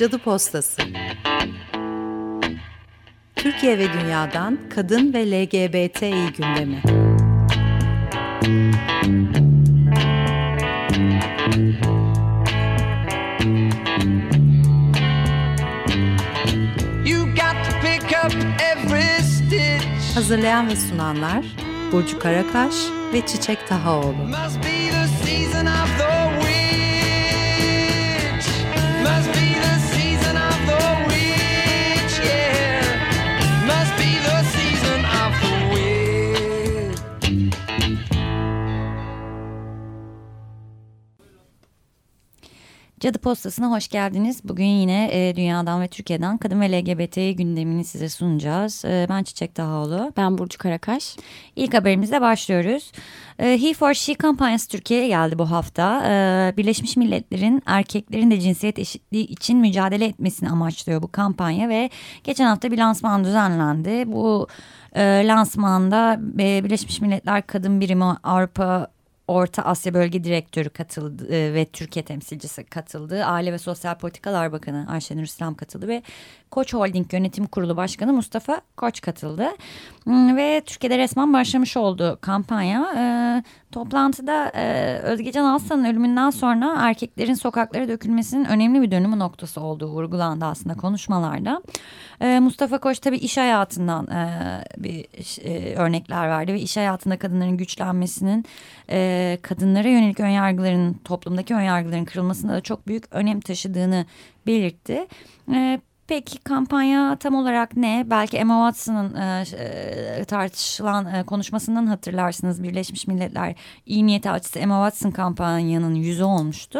Cadı Postası. Türkiye ve dünyadan kadın ve LGBTİ gündemi. Hazırlayan ve sunanlar Burcu Karakaş ve Çiçek Tahaoğlu. Cadı Postası'na hoş geldiniz. Bugün yine dünyadan ve Türkiye'den kadın ve LGBT gündemini size sunacağız. Ben Çiçek Tahaoğlu. Ben Burcu Karakaş. İlk haberimizle başlıyoruz. He for She kampanyası Türkiye'ye geldi bu hafta. Birleşmiş Milletler'in erkeklerin de cinsiyet eşitliği için mücadele etmesini amaçlıyor bu kampanya ve geçen hafta bir lansman düzenlendi. Bu lansmanda Birleşmiş Milletler Kadın Birimi Avrupa Orta Asya Bölge Direktörü katıldı ve Türkiye temsilcisi katıldı. Aile ve Sosyal Politikalar Bakanı Ayşenur İslam katıldı ve Koç Holding Yönetim Kurulu Başkanı Mustafa Koç katıldı. Ve Türkiye'de resmen başlamış oldu kampanya. Toplantıda Özgecan Alsan'ın ölümünden sonra erkeklerin sokaklara dökülmesinin önemli bir dönüm noktası olduğu vurgulandı aslında konuşmalarda. Mustafa Koç tabii iş hayatından bir örnekler verdi ve iş hayatında kadınların güçlenmesinin kadınlara yönelik önyargıların, toplumdaki önyargıların kırılmasında da çok büyük önem taşıdığını belirtti. Peki kampanya tam olarak ne? Belki Emma Watson'ın tartışılan konuşmasından hatırlarsınız. Birleşmiş Milletler İyi Niyet Elçisi Emma Watson kampanyanın yüzü olmuştu.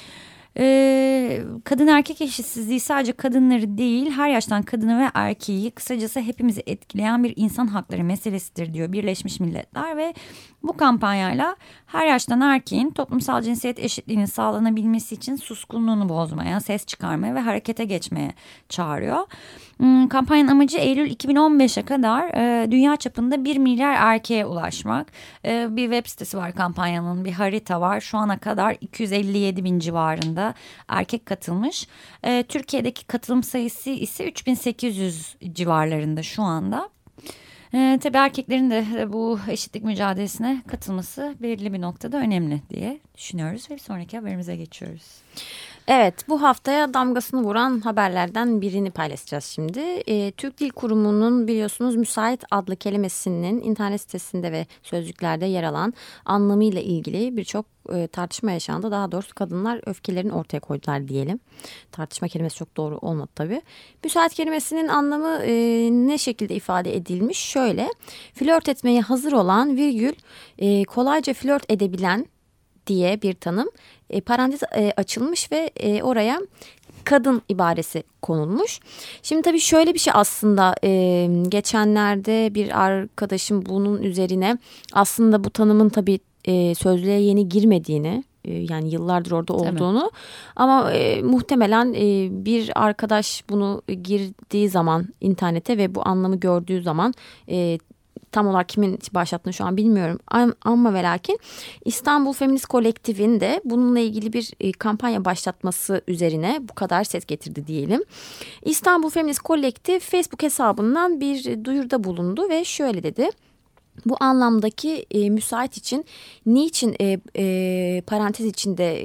Kadın erkek eşitsizliği sadece kadınları değil her yaştan kadını ve erkeği kısacası hepimizi etkileyen bir insan hakları meselesidir diyor Birleşmiş Milletler ve bu kampanyayla her yaştan erkeğin toplumsal cinsiyet eşitliğinin sağlanabilmesi için suskunluğunu bozmaya, ses çıkarmaya ve harekete geçmeye çağırıyor. Kampanyanın amacı Eylül 2015'e kadar dünya çapında 1 milyar erkeğe ulaşmak. Bir web sitesi var kampanyanın, bir harita var. Şu ana kadar 257 bin civarında erkek katılmış. Türkiye'deki katılım sayısı ise 3800 civarlarında şu anda. Tabii erkeklerin de bu eşitlik mücadelesine katılması belirli bir noktada önemli diye düşünüyoruz ve bir sonraki haberimize geçiyoruz. Evet, bu haftaya damgasını vuran haberlerden birini paylaşacağız şimdi. Türk Dil Kurumu'nun biliyorsunuz müsait adlı kelimesinin internet sitesinde ve sözlüklerde yer alan anlamıyla ilgili birçok tartışma yaşandı. Daha doğrusu kadınlar öfkelerini ortaya koydular diyelim. Tartışma kelimesi çok doğru olmadı tabii. Müsait kelimesinin anlamı ne şekilde ifade edilmiş? Şöyle, flört etmeye hazır olan virgül kolayca flört edebilen diye bir tanım. Parantez açılmış ve oraya kadın ibaresi konulmuş. Şimdi tabii şöyle bir şey aslında geçenlerde bir arkadaşım bunun üzerine aslında bu tanımın tabii sözlüğe yeni girmediğini yani yıllardır orada olduğunu tabii. Ama muhtemelen bir arkadaş bunu girdiği zaman internete ve bu anlamı gördüğü zaman tam olarak kimin başlattığını şu an bilmiyorum ama ve lakin İstanbul Feminist Kolektif'in de bununla ilgili bir kampanya başlatması üzerine bu kadar ses getirdi diyelim. İstanbul Feminist Kolektif Facebook hesabından bir duyuruda bulundu ve şöyle dedi. Bu anlamdaki müsait için niçin parantez içinde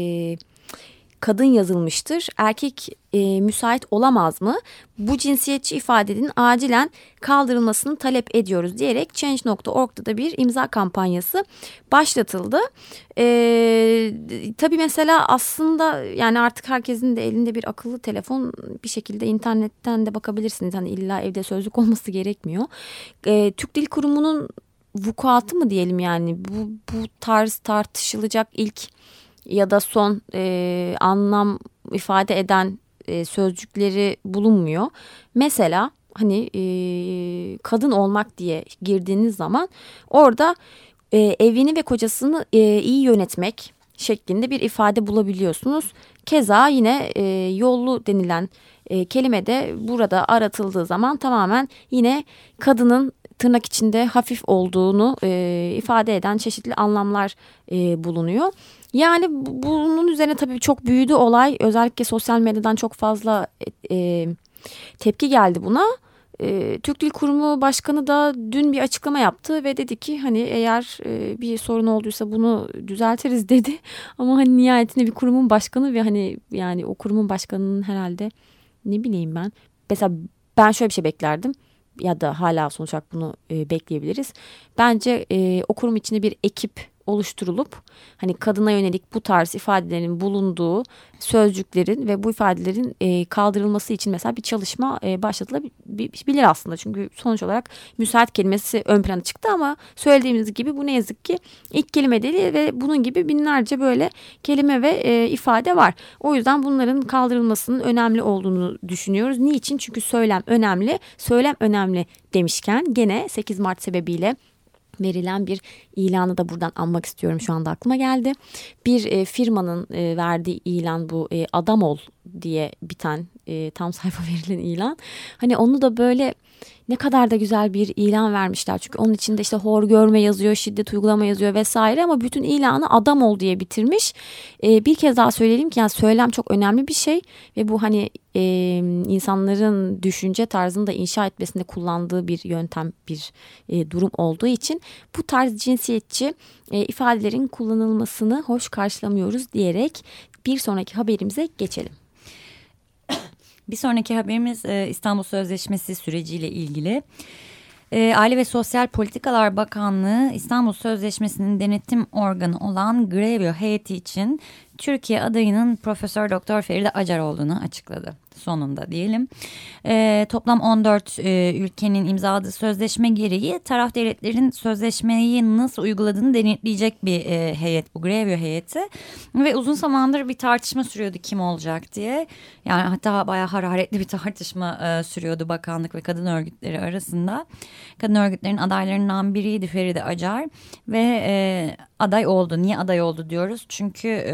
kadın yazılmıştır? Erkek müsait olamaz mı? Bu cinsiyetçi ifadenin acilen kaldırılmasını talep ediyoruz diyerek Change.org'da da bir imza kampanyası başlatıldı. Tabii mesela aslında yani artık herkesin de elinde bir akıllı telefon, bir şekilde internetten de bakabilirsiniz. Hani illa evde sözlük olması gerekmiyor. Türk Dil Kurumu'nun vukuatı mı diyelim yani bu tarz tartışılacak ilk ya da son anlam ifade eden sözcükleri bulunmuyor. Mesela hani kadın olmak diye girdiğiniz zaman orada evini ve kocasını iyi yönetmek şeklinde bir ifade bulabiliyorsunuz. Keza yine yollu denilen kelime de burada aratıldığı zaman tamamen yine kadının tırnak içinde hafif olduğunu ifade eden çeşitli anlamlar bulunuyor. Yani bunun üzerine tabii çok büyüdü olay. Özellikle sosyal medyadan çok fazla tepki geldi buna. Türk Dil Kurumu Başkanı da dün bir açıklama yaptı ve dedi ki hani eğer bir sorun olduysa bunu düzeltiriz dedi. Ama hani nihayetinde bir kurumun başkanı ve hani yani o kurumun başkanının herhalde ne bileyim ben. Mesela ben şöyle bir şey beklerdim ya da hala sonuç olarak bunu bekleyebiliriz. Bence o kurum içinde bir ekip oluşturulup hani kadına yönelik bu tarz ifadelerin bulunduğu sözcüklerin ve bu ifadelerin kaldırılması için mesela bir çalışma başlatılabilir aslında. Çünkü sonuç olarak müsait kelimesi ön plana çıktı ama söylediğimiz gibi bu ne yazık ki ilk kelime değil ve bunun gibi binlerce böyle kelime ve ifade var. O yüzden bunların kaldırılmasının önemli olduğunu düşünüyoruz. Niçin? Çünkü söylem önemli. Söylem önemli demişken gene 8 Mart sebebiyle verilen bir ilanı da buradan anmak istiyorum, şu anda aklıma geldi. Bir firmanın verdiği ilan bu Adam Ol diye biten tam sayfa verilen ilan. Hani onu da böyle ne kadar da güzel bir ilan vermişler. Çünkü onun içinde işte hor görme yazıyor, şiddet uygulama yazıyor vesaire ama bütün ilanı Adam Ol diye bitirmiş. Bir kez daha söyleyelim ki yani söylem çok önemli bir şey ve bu hani insanların düşünce tarzını da inşa etmesinde kullandığı bir yöntem, bir durum olduğu için bu tarz cinsiyetçi ifadelerin kullanılmasını hoş karşılamıyoruz diyerek bir sonraki haberimize geçelim. Bir sonraki haberimiz İstanbul Sözleşmesi süreciyle ilgili. Aile ve Sosyal Politikalar Bakanlığı İstanbul Sözleşmesi'nin denetim organı olan Grevio heyeti için Türkiye adayının Profesör Doktor Feride Acar olduğunu açıkladı. Sonunda diyelim. Toplam 14 ülkenin imzaladığı sözleşme gereği taraf devletlerin sözleşmeyi nasıl uyguladığını denetleyecek bir heyet bu Grevio heyeti. Ve uzun zamandır bir tartışma sürüyordu kim olacak diye. Yani hatta bayağı hararetli bir tartışma sürüyordu bakanlık ve kadın örgütleri arasında. Kadın örgütlerin adaylarından biriydi Feride Acar ve aday oldu. Niye aday oldu diyoruz? Çünkü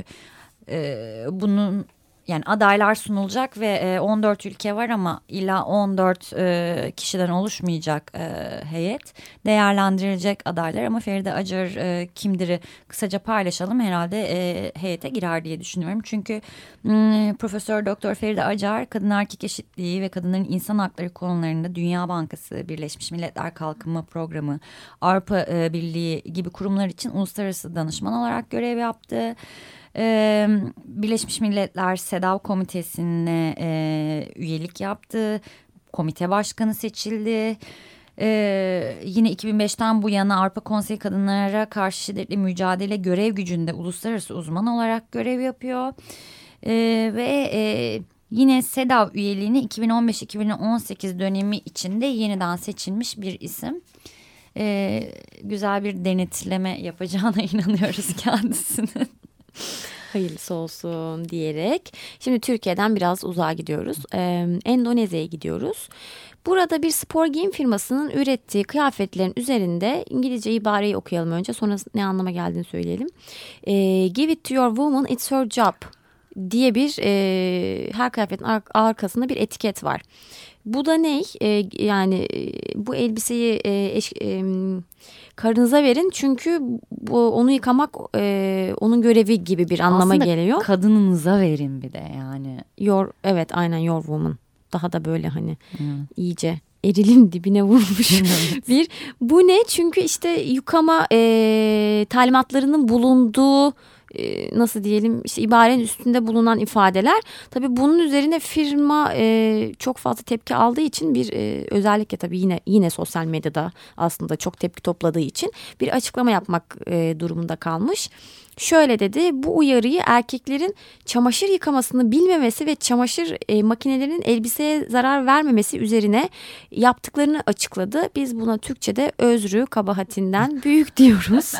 bunun yani adaylar sunulacak ve 14 ülke var ama illa 14 kişiden oluşmayacak heyet. Değerlendirilecek adaylar ama Feride Acar kimdir'i kısaca paylaşalım. Herhalde heyete girer diye düşünüyorum. Çünkü Profesör Doktor Feride Acar kadın erkek eşitliği ve kadınların insan hakları konularında Dünya Bankası, Birleşmiş Milletler Kalkınma Programı, Avrupa Birliği gibi kurumlar için uluslararası danışman olarak görev yaptı. Birleşmiş Milletler SEDAW Komitesi'ne üyelik yaptı. Komite başkanı seçildi. Yine 2005'ten bu yana Avrupa Konseyi Kadınlara Karşı Şiddetle Mücadele Görev Gücü'nde uluslararası uzman olarak görev yapıyor. Yine SEDAW üyeliğini 2015-2018 dönemi içinde yeniden seçilmiş bir isim. Güzel bir denetleme yapacağına inanıyoruz kendisinin. Hayırlısı olsun diyerek. Şimdi Türkiye'den biraz uzağa gidiyoruz. Endonezya'ya gidiyoruz. Burada bir spor giyim firmasının ürettiği kıyafetlerin üzerinde İngilizce ibareyi okuyalım önce. Sonra ne anlama geldiğini söyleyelim. Give it to your woman, it's her job diye bir her kıyafetin arkasında bir etiket var. Bu da ne? Yani bu elbiseyi karınıza verin çünkü onu yıkamak onun görevi gibi bir anlama aslında geliyor. Aslında kadınınıza verin bir de yani. Evet aynen your woman. Daha da böyle hani iyice erilin dibine vurmuş bir. Bu ne? Çünkü işte yıkama talimatlarının bulunduğu nasıl diyelim işte ibarenin üstünde bulunan ifadeler. Tabii bunun üzerine firma çok fazla tepki aldığı için bir özellikle tabii yine sosyal medyada aslında çok tepki topladığı için bir açıklama yapmak durumunda kalmış. Şöyle dedi, bu uyarıyı erkeklerin çamaşır yıkamasını bilmemesi ve çamaşır makinelerinin elbiseye zarar vermemesi üzerine yaptıklarını açıkladı. Biz buna Türkçe'de özrü kabahatinden büyük diyoruz.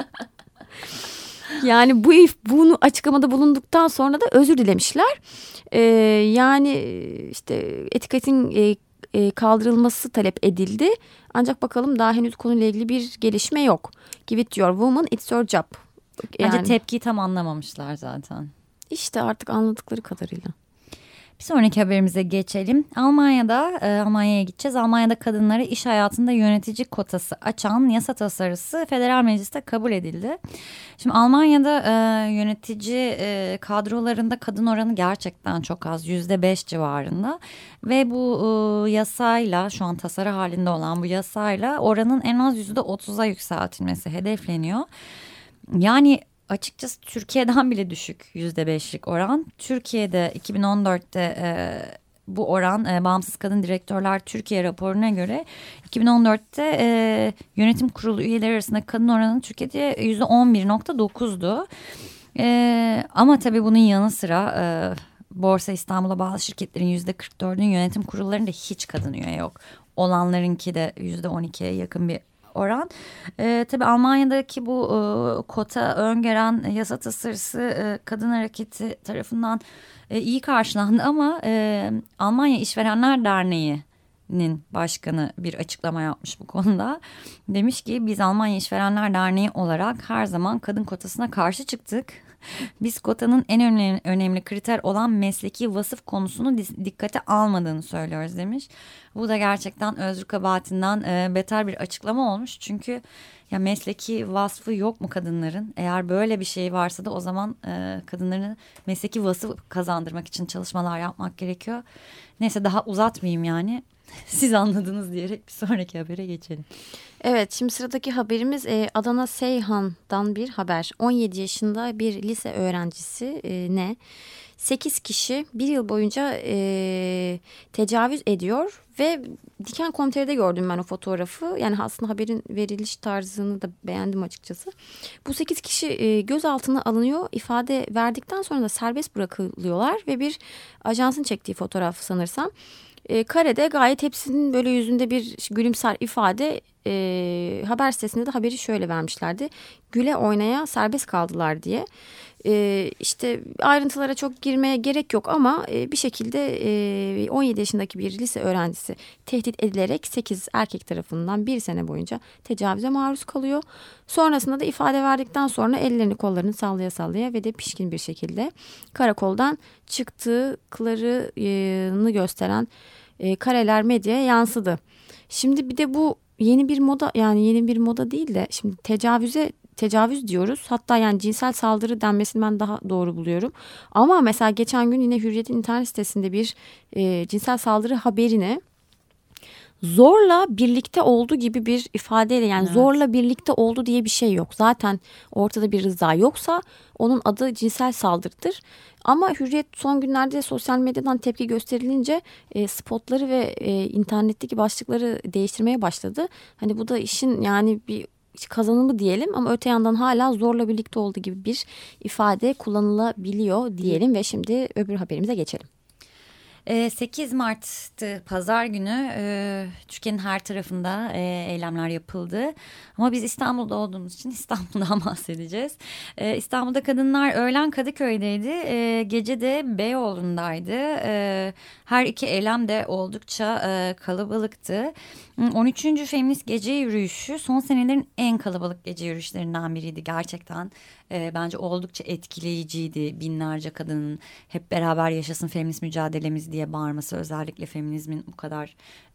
Yani bunu açıklamada bulunduktan sonra da özür dilemişler. Yani işte etiketin kaldırılması talep edildi. Ancak bakalım daha henüz konuyla ilgili bir gelişme yok. Give it your woman, it's your job. Bence tepkiyi tam anlamamışlar zaten. İşte artık anladıkları kadarıyla. Bir sonraki haberimize geçelim. Almanya'ya gideceğiz. Almanya'da kadınlara iş hayatında yönetici kotası açan yasa tasarısı Federal Meclis'te kabul edildi. Şimdi Almanya'da yönetici kadrolarında kadın oranı gerçekten çok az, %5 civarında. Ve bu yasayla, şu an tasarı halinde olan bu yasayla oranın en az %30'a yükseltilmesi hedefleniyor. Yani açıkçası Türkiye'den bile düşük %5'lik oran. Türkiye'de 2014'te bu oran Bağımsız Kadın Direktörler Türkiye raporuna göre 2014'te yönetim kurulu üyeleri arasında kadın oranı Türkiye'de %11.9'du. Ama tabii bunun yanı sıra Borsa İstanbul'a bağlı şirketlerin %44'ünün yönetim kurullarında hiç kadın üye yok. Olanlarınki de %12'ye yakın bir oran. Tabii Almanya'daki bu kota öngören yasa tasarısı kadın hareketi tarafından iyi karşılandı ama Almanya İşverenler Derneği'nin başkanı bir açıklama yapmış bu konuda. Demiş ki biz Almanya İşverenler Derneği olarak her zaman kadın kotasına karşı çıktık. Biz kotanın en önemli kriter olan mesleki vasıf konusunu dikkate almadığını söylüyoruz demiş. Bu da gerçekten Özgür Kabahatinden beter bir açıklama olmuş. Çünkü ya mesleki vasfı yok mu kadınların? Eğer böyle bir şey varsa da o zaman kadınların mesleki vasıf kazandırmak için çalışmalar yapmak gerekiyor. Neyse daha uzatmayayım yani. Siz anladınız diyerek bir sonraki habere geçelim. Evet, şimdi sıradaki haberimiz Adana Seyhan'dan bir haber. 17 yaşında bir lise öğrencisi 8 kişi bir yıl boyunca tecavüz ediyor ve Diken.com.tr'de gördüm ben o fotoğrafı. Yani aslında haberin veriliş tarzını da beğendim açıkçası. Bu 8 kişi gözaltına alınıyor. İfade verdikten sonra da serbest bırakılıyorlar ve bir ajansın çektiği fotoğraf sanırsam. Karede gayet hepsinin böyle yüzünde bir gülümser ifade, haber sitesinde de haberi şöyle vermişlerdi. Güle oynaya serbest kaldılar diye. İşte ayrıntılara çok girmeye gerek yok ama bir şekilde 17 yaşındaki bir lise öğrencisi tehdit edilerek 8 erkek tarafından bir sene boyunca tecavüze maruz kalıyor. Sonrasında da ifade verdikten sonra ellerini kollarını sallaya sallaya ve de pişkin bir şekilde karakoldan çıktıklarını gösteren kareler medyaya yansıdı. Şimdi bir de bu yeni bir moda, yani yeni bir moda değil de şimdi tecavüz diyoruz. Hatta yani cinsel saldırı denmesini ben daha doğru buluyorum. Ama mesela geçen gün yine Hürriyet'in internet sitesinde bir cinsel saldırı haberini zorla birlikte oldu gibi bir ifadeyle, yani evet, zorla birlikte oldu diye bir şey yok. Zaten ortada bir rıza yoksa onun adı cinsel saldırıdır. Ama Hürriyet son günlerde sosyal medyadan tepki gösterilince spotları ve internetteki başlıkları değiştirmeye başladı. Hani bu da işin yani bir kazanımı diyelim ama öte yandan hala zorla birlikte olduğu gibi bir ifade kullanılabiliyor diyelim ve şimdi öbür haberimize geçelim. 8 Mart'tı pazar günü, Türkiye'nin her tarafında eylemler yapıldı ama biz İstanbul'da olduğumuz için İstanbul'dan bahsedeceğiz. İstanbul'da kadınlar öğlen Kadıköy'deydi, gece de Beyoğlu'ndaydı. Her iki eylem de oldukça kalabalıktı. 13. Feminist Gece Yürüyüşü son senelerin en kalabalık gece yürüyüşlerinden biriydi gerçekten. Bence oldukça etkileyiciydi. Binlerce kadının hep beraber yaşasın feminist mücadelemiz diye bağırması, özellikle feminizmin bu kadar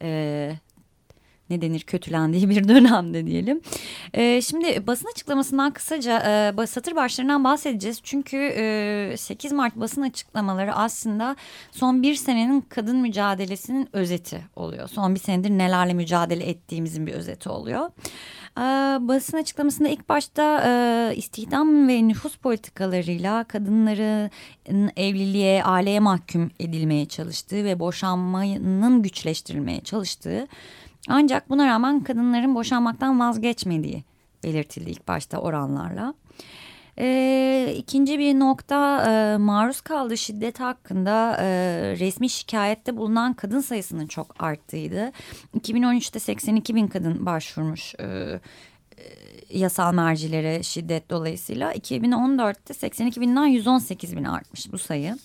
kötülendiği bir dönemde diyelim. Şimdi basın açıklamasından kısaca satır başlarından bahsedeceğiz. Çünkü 8 Mart basın açıklamaları aslında son bir senenin kadın mücadelesinin özeti oluyor. Son bir senedir nelerle mücadele ettiğimizin bir özeti oluyor. Basın açıklamasında ilk başta istihdam ve nüfus politikalarıyla kadınların evliliğe, aileye mahkum edilmeye çalıştığı ve boşanmanın güçleştirilmeye çalıştığı, ancak buna rağmen kadınların boşanmaktan vazgeçmediği belirtildi ilk başta oranlarla. İkinci bir nokta, maruz kaldığı şiddet hakkında resmi şikayette bulunan kadın sayısının çok arttığıydı. 2013'te 82 bin kadın başvurmuş yasal mercilere şiddet dolayısıyla. 2014'te 82 binden 118 bine artmış bu sayı.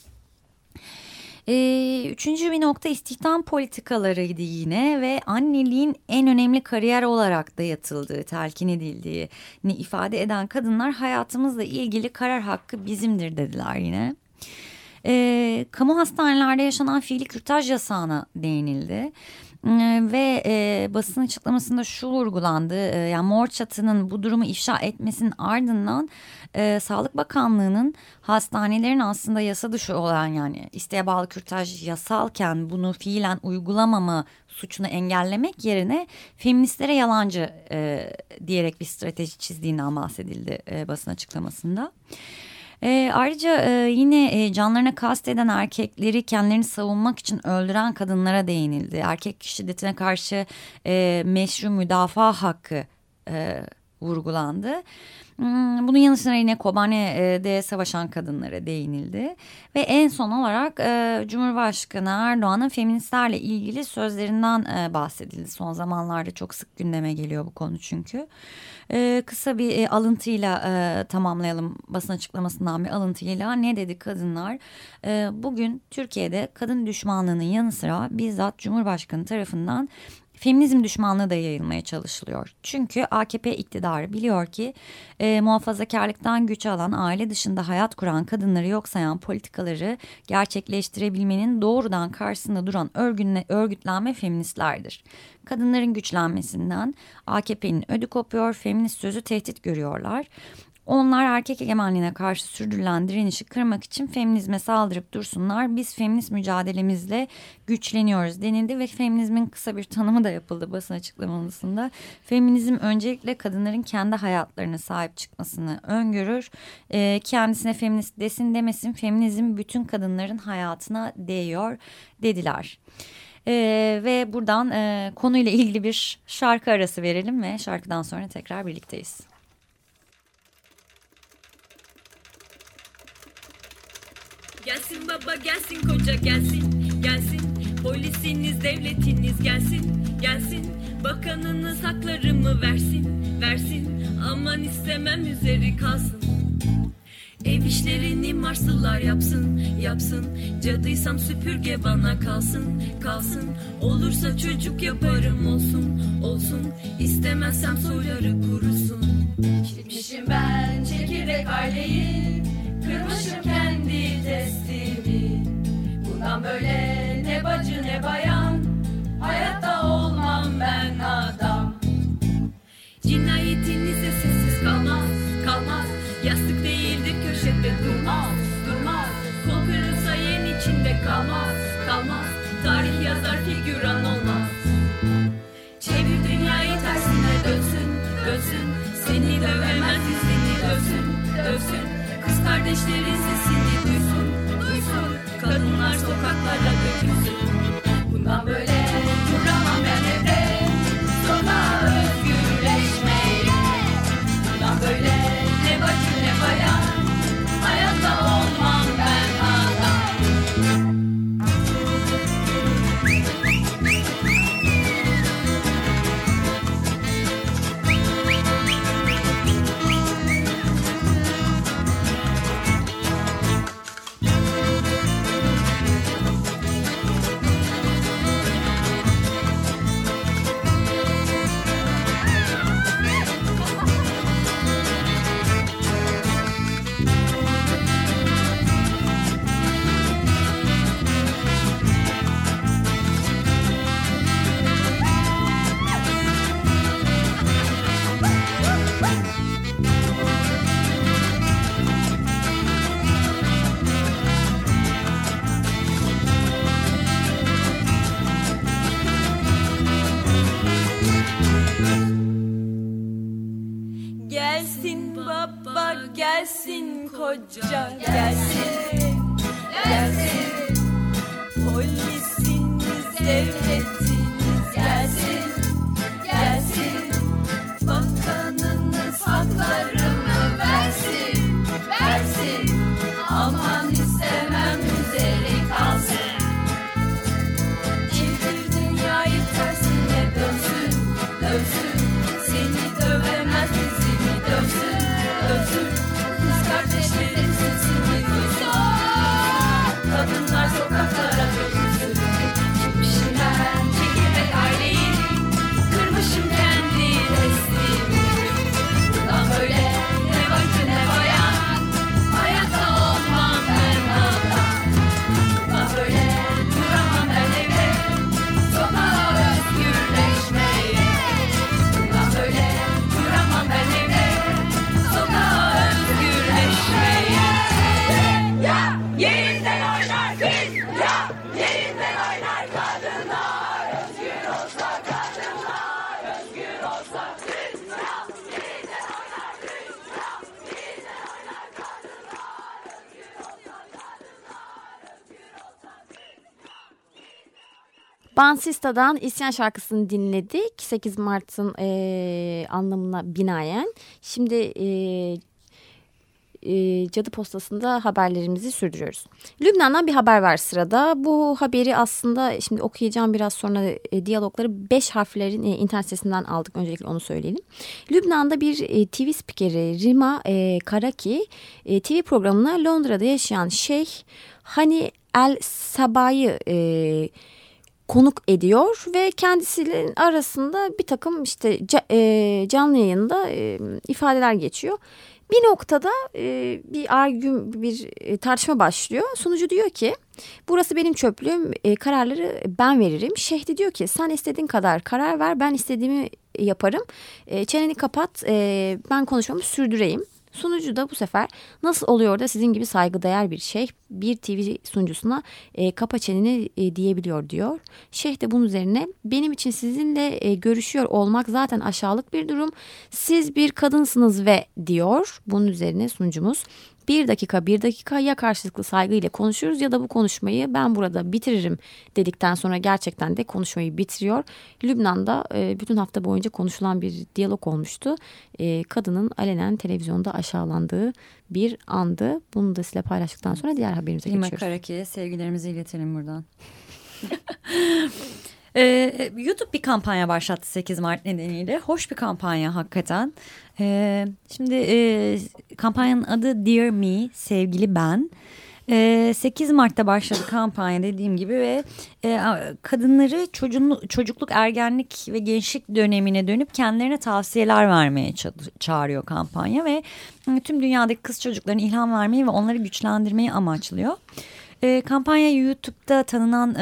Üçüncü bir nokta istihdam politikalarıydı yine ve anneliğin en önemli kariyer olarak dayatıldığı, telkin edildiğini ifade eden kadınlar hayatımızla ilgili karar hakkı bizimdir dediler yine. Kamu hastanelerde yaşanan fiili kürtaj yasağına değinildi. Ve basın açıklamasında şu vurgulandı. Yani Mor Çatı'nın bu durumu ifşa etmesinin ardından Sağlık Bakanlığı'nın hastanelerin aslında yasa dışı olan, yani isteğe bağlı kürtaj yasalken bunu fiilen uygulamama suçunu engellemek yerine feministlere yalancı diyerek bir strateji çizdiğinden bahsedildi basın açıklamasında. Ayrıca yine canlarına kasteden erkekleri kendilerini savunmak için öldüren kadınlara değinildi. Erkek şiddetine karşı meşru müdafaa hakkı vurgulandı. Bunun yanı sıra yine Kobane'de savaşan kadınlara değinildi. Ve en son olarak Cumhurbaşkanı Erdoğan'ın feministlerle ilgili sözlerinden bahsedildi. Son zamanlarda çok sık gündeme geliyor bu konu çünkü. Kısa bir alıntıyla tamamlayalım, basın açıklamasından bir alıntıyla. Ne dedi kadınlar? Bugün Türkiye'de kadın düşmanlığının yanı sıra bizzat Cumhurbaşkanı tarafından feminizm düşmanlığı da yayılmaya çalışılıyor. Çünkü AKP iktidarı biliyor ki muhafazakarlıktan güç alan, aile dışında hayat kuran kadınları yok sayan politikaları gerçekleştirebilmenin doğrudan karşısında duran örgütlenme feministlerdir. Kadınların güçlenmesinden AKP'nin ödü kopuyor, feminist sözü tehdit görüyorlar. Onlar erkek egemenliğine karşı sürdürülen direnişi kırmak için feminizme saldırıp dursunlar. Biz feminist mücadelemizle güçleniyoruz denildi ve feminizmin kısa bir tanımı da yapıldı basın açıklamasında. Feminizm öncelikle kadınların kendi hayatlarına sahip çıkmasını öngörür. Kendisine feminist desin demesin, feminizm bütün kadınların hayatına değiyor dediler. Ve buradan konuyla ilgili bir şarkı arası verelim ve şarkıdan sonra tekrar birlikteyiz. Gelsin baba gelsin koca gelsin, gelsin polisiniz devletiniz gelsin, gelsin bakanınız haklarımı versin, versin aman istemem üzeri kalsın. Ev işlerini Marslılar yapsın, yapsın cadıysam süpürge bana kalsın, kalsın olursa çocuk yaparım olsun, olsun istemezsem soyları kurusun. Çekmişim ben çekirdek aileyi, kırmışım kendi testimi. Bundan böyle ne bacı ne bayan, hayatta olmam ben adam. Cinayetinize sessiz kalmaz, kalmaz. Yastık değildir köşede durmaz, durmaz. Kol kırılsa yen içinde kalmaz, kalmaz. Tarih yazar figüran olmaz. Çevir dünyayı tersine dönsün, dönsün. Seni dövemez yüzünü dövsün, dövsün. Kız kardeşlerin sesini duysun, duysun. Kadınlar sokaklara dökülsün. Bundan böyle duramam ben evde, sonra özgürleşmeye. Bundan böyle ne bacı ne bayan, hayatta olmam ben adam. Gelsin baba gelsin koca gelsin, gelsin polisiniz devletiniz gelsin, gelsin bakanınız haklarımı versin, versin aman istemem üzeri kalsın. Çevir dünyayı tersine dönsün, dönsün. Seni dövemez yüzünü dövsün, dövsün. Kız kardeşlerin sesini Bansista'dan İsyan şarkısını dinledik. 8 Mart'ın anlamına binaen. Şimdi Cadı Postası'nda haberlerimizi sürdürüyoruz. Lübnan'dan bir haber var sırada. Bu haberi aslında şimdi okuyacağım biraz sonra diyalogları 5 harflerin internet sitesinden aldık. Öncelikle onu söyleyelim. Lübnan'da bir TV spikeri Rima Karaki TV programına Londra'da yaşayan Şeyh Hani El Sabah'ı konuk ediyor ve kendisinin arasında bir takım işte canlı yayında ifadeler geçiyor. Bir noktada bir tartışma başlıyor. Sunucu diyor ki burası benim çöplüğüm, kararları ben veririm. Şeyh de diyor ki sen istediğin kadar karar ver, ben istediğimi yaparım. Çeneni kapat, ben konuşmamı sürdüreyim. Sunucu da bu sefer nasıl oluyor da sizin gibi saygıdeğer bir şeyh bir TV sunucusuna kapa çeneni diyebiliyor diyor. Şeyh de bunun üzerine benim için sizinle görüşüyor olmak zaten aşağılık bir durum. Siz bir kadınsınız ve diyor. Bunun üzerine sunucumuz bir dakika ya karşılıklı saygıyla konuşuruz ya da bu konuşmayı ben burada bitiririm dedikten sonra gerçekten de konuşmayı bitiriyor. Lübnan'da bütün hafta boyunca konuşulan bir diyalog olmuştu. Kadının alenen televizyonda aşağılandığı bir andı. Bunu da size paylaştıktan sonra diğer haberimize geçiyoruz. Karaki'ye sevgilerimizi iletelim buradan. YouTube bir kampanya başlattı 8 Mart nedeniyle. Hoş bir kampanya hakikaten. Şimdi kampanyanın adı Dear Me, sevgili ben. 8 Mart'ta başladı kampanya dediğim gibi ve kadınları çocukluk, ergenlik ve gençlik dönemine dönüp kendilerine tavsiyeler vermeye çağırıyor kampanya ve tüm dünyadaki kız çocuklarına ilham vermeyi ve onları güçlendirmeyi amaçlıyor. Kampanya YouTube'da tanınan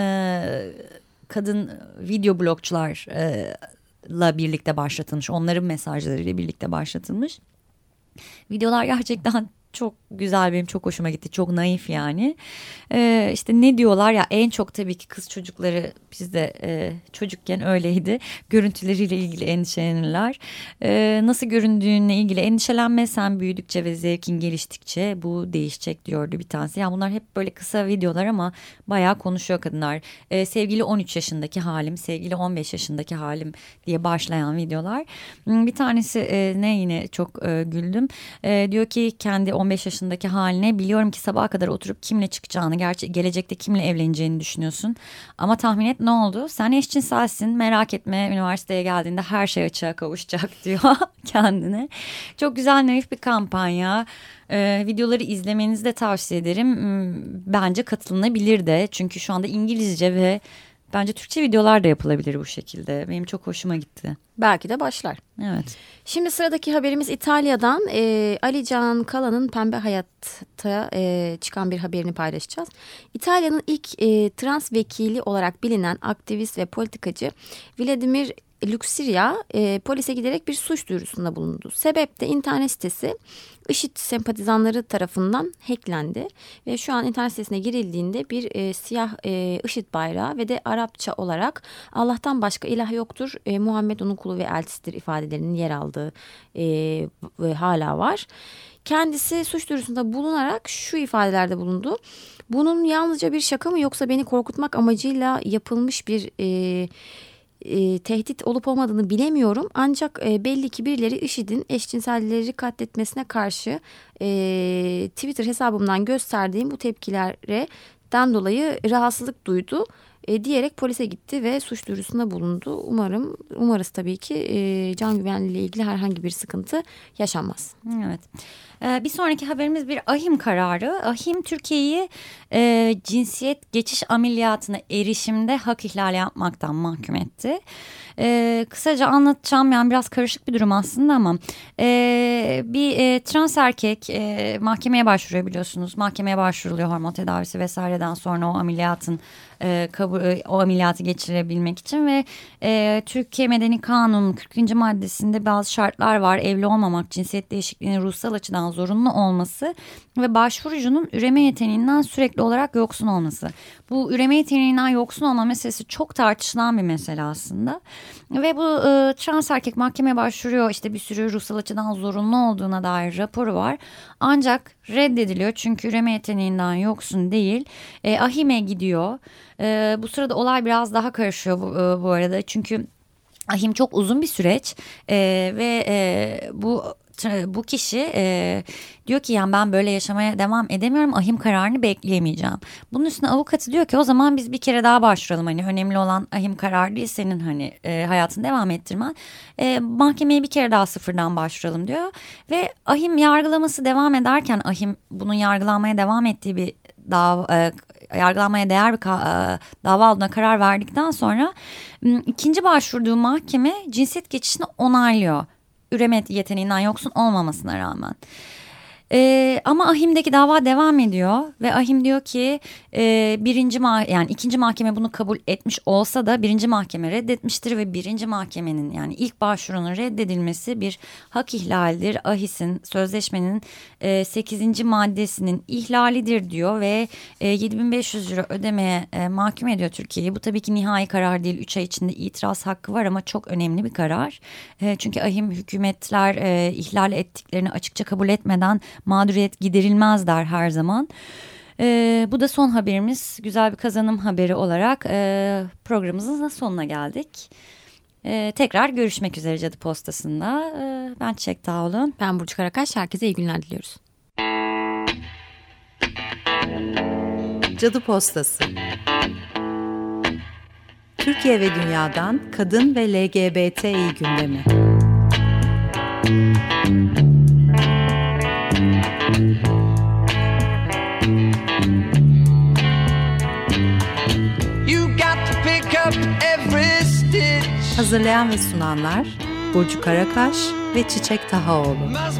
kadın video blogçularla birlikte başlatılmış. Onların mesajlarıyla birlikte başlatılmış. Videolar gerçekten çok güzel, benim çok hoşuma gitti. Çok naif yani. İşte ne diyorlar ya, en çok tabii ki kız çocukları, biz de çocukken öyleydi. Görüntüleriyle ilgili endişelenirler. Nasıl göründüğüne ilgili endişelenme, sen büyüdükçe ve zevkin geliştikçe bu değişecek diyordu bir tanesi. Yani bunlar hep böyle kısa videolar ama bayağı konuşuyor kadınlar. Sevgili 13 yaşındaki halim, sevgili 15 yaşındaki halim diye başlayan videolar. Bir tanesi ne yine çok güldüm. Diyor ki kendi 15 yaşındaki haline, biliyorum ki sabaha kadar oturup kimle çıkacağını, gelecekte kimle evleneceğini düşünüyorsun. Ama tahmin et ne oldu? Sen eşcinselsin, merak etme, üniversiteye geldiğinde her şey açığa kavuşacak diyor kendine. Çok güzel, naif bir kampanya. Videoları izlemenizi de tavsiye ederim. Bence katılınabilir de. Çünkü şu anda İngilizce ve bence Türkçe videolar da yapılabilir bu şekilde. Benim çok hoşuma gitti. Belki de başlar. Evet. Şimdi sıradaki haberimiz İtalya'dan. Ali Can Kala'nın Pembe Hayat'ta çıkan bir haberini paylaşacağız. İtalya'nın ilk trans vekili olarak bilinen aktivist ve politikacı Vladimir Luxirya polise giderek bir suç duyurusunda bulundu. Sebep de internet sitesi IŞİD sempatizanları tarafından hacklendi ve şu an internet sitesine girildiğinde bir siyah IŞİD bayrağı ve de Arapça olarak Allah'tan başka ilah yoktur, Muhammed onun kulu ve elçisidir ifadelerinin yer aldığı hala var. Kendisi suç duyurusunda bulunarak şu ifadelerde bulundu. Bunun yalnızca bir şaka mı yoksa beni korkutmak amacıyla yapılmış bir tehdit olup olmadığını bilemiyorum. Ancak belli ki birileri IŞİD'in eşcinselleri katletmesine karşı Twitter hesabımdan gösterdiğim bu tepkilerden dolayı rahatsızlık duydu diyerek polise gitti ve suç duyurusunda bulundu. Umarız tabii ki can güvenliği ile ilgili herhangi bir sıkıntı yaşanmaz. Evet. Bir sonraki haberimiz bir ahim kararı. Ahim Türkiye'yi cinsiyet geçiş ameliyatına erişimde hak ihlali yapmaktan mahkum etti. Kısaca anlatacağım, yani biraz karışık bir durum aslında ama bir trans erkek mahkemeye başvuruyor, biliyorsunuz. Mahkemeye başvuruluyor hormon tedavisi vesaireden sonra o ameliyatı geçirebilmek için ve Türkiye Medeni Kanun 40. maddesinde bazı şartlar var. Evli olmamak, cinsiyet değişikliğinin ruhsal açıdan zorunlu olması ve başvurucunun üreme yeteneğinden sürekli olarak yoksun olması. Bu üreme yeteneğinden yoksun olma meselesi çok tartışılan bir mesele aslında. Ve bu trans erkek mahkemeye başvuruyor. İşte bir sürü ruhsal açıdan zorunlu olduğuna dair raporu var. Ancak reddediliyor çünkü üreme yeteneğinden yoksun değil. Ahim'e gidiyor. Bu sırada olay biraz daha karışıyor bu arada çünkü ahim çok uzun bir süreç ve bu kişi diyor ki yani ben böyle yaşamaya devam edemiyorum, ahim kararını bekleyemeyeceğim. Bunun üstüne avukatı diyor ki o zaman biz bir kere daha başvuralım, hani önemli olan ahim kararı değil senin hani hayatını devam ettirmen, mahkemeye bir kere daha sıfırdan başvuralım diyor. Ve ahim yargılaması devam ederken, ahim bunun yargılanmaya devam ettiği bir yargılanmaya değer bir dava olduğuna karar verdikten sonra ikinci başvurduğu mahkeme cinsiyet geçişini onaylıyor. Üreme yeteneğinden yoksun olmamasına rağmen. Ama ahimdeki dava devam ediyor ve ahim diyor ki ikinci mahkeme bunu kabul etmiş olsa da birinci mahkeme reddetmiştir ve birinci mahkemenin yani ilk başvurunun reddedilmesi bir hak ihlalidir. AHİS'in sözleşmenin 8. maddesinin ihlalidir diyor ve 7.500 euro ödemeye mahkum ediyor Türkiye'yi. Bu tabii ki nihai karar değil, 3 ay içinde itiraz hakkı var ama çok önemli bir karar. Çünkü ahim hükümetler ihlal ettiklerini açıkça kabul etmeden mağduriyet giderilmez der her zaman. Bu da son haberimiz. Güzel bir kazanım haberi olarak programımızın sonuna geldik. Tekrar görüşmek üzere Cadı Postası'nda. Ben Çiçek Dağolun. Ben Burcu Karakaş. Herkese iyi günler diliyoruz. Cadı Postası. Türkiye ve dünyadan kadın ve LGBTİ gündemi. Hazırlayan ve sunanlar Burcu Karakaş ve Çiçek Tahaoğlu.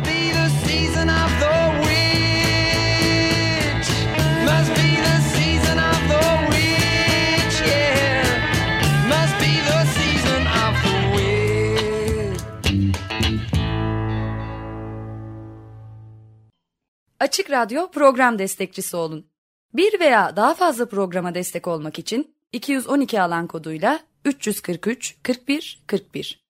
Açık Radyo program destekçisi olun. Bir veya daha fazla programa destek olmak için 212 alan koduyla 343 41 41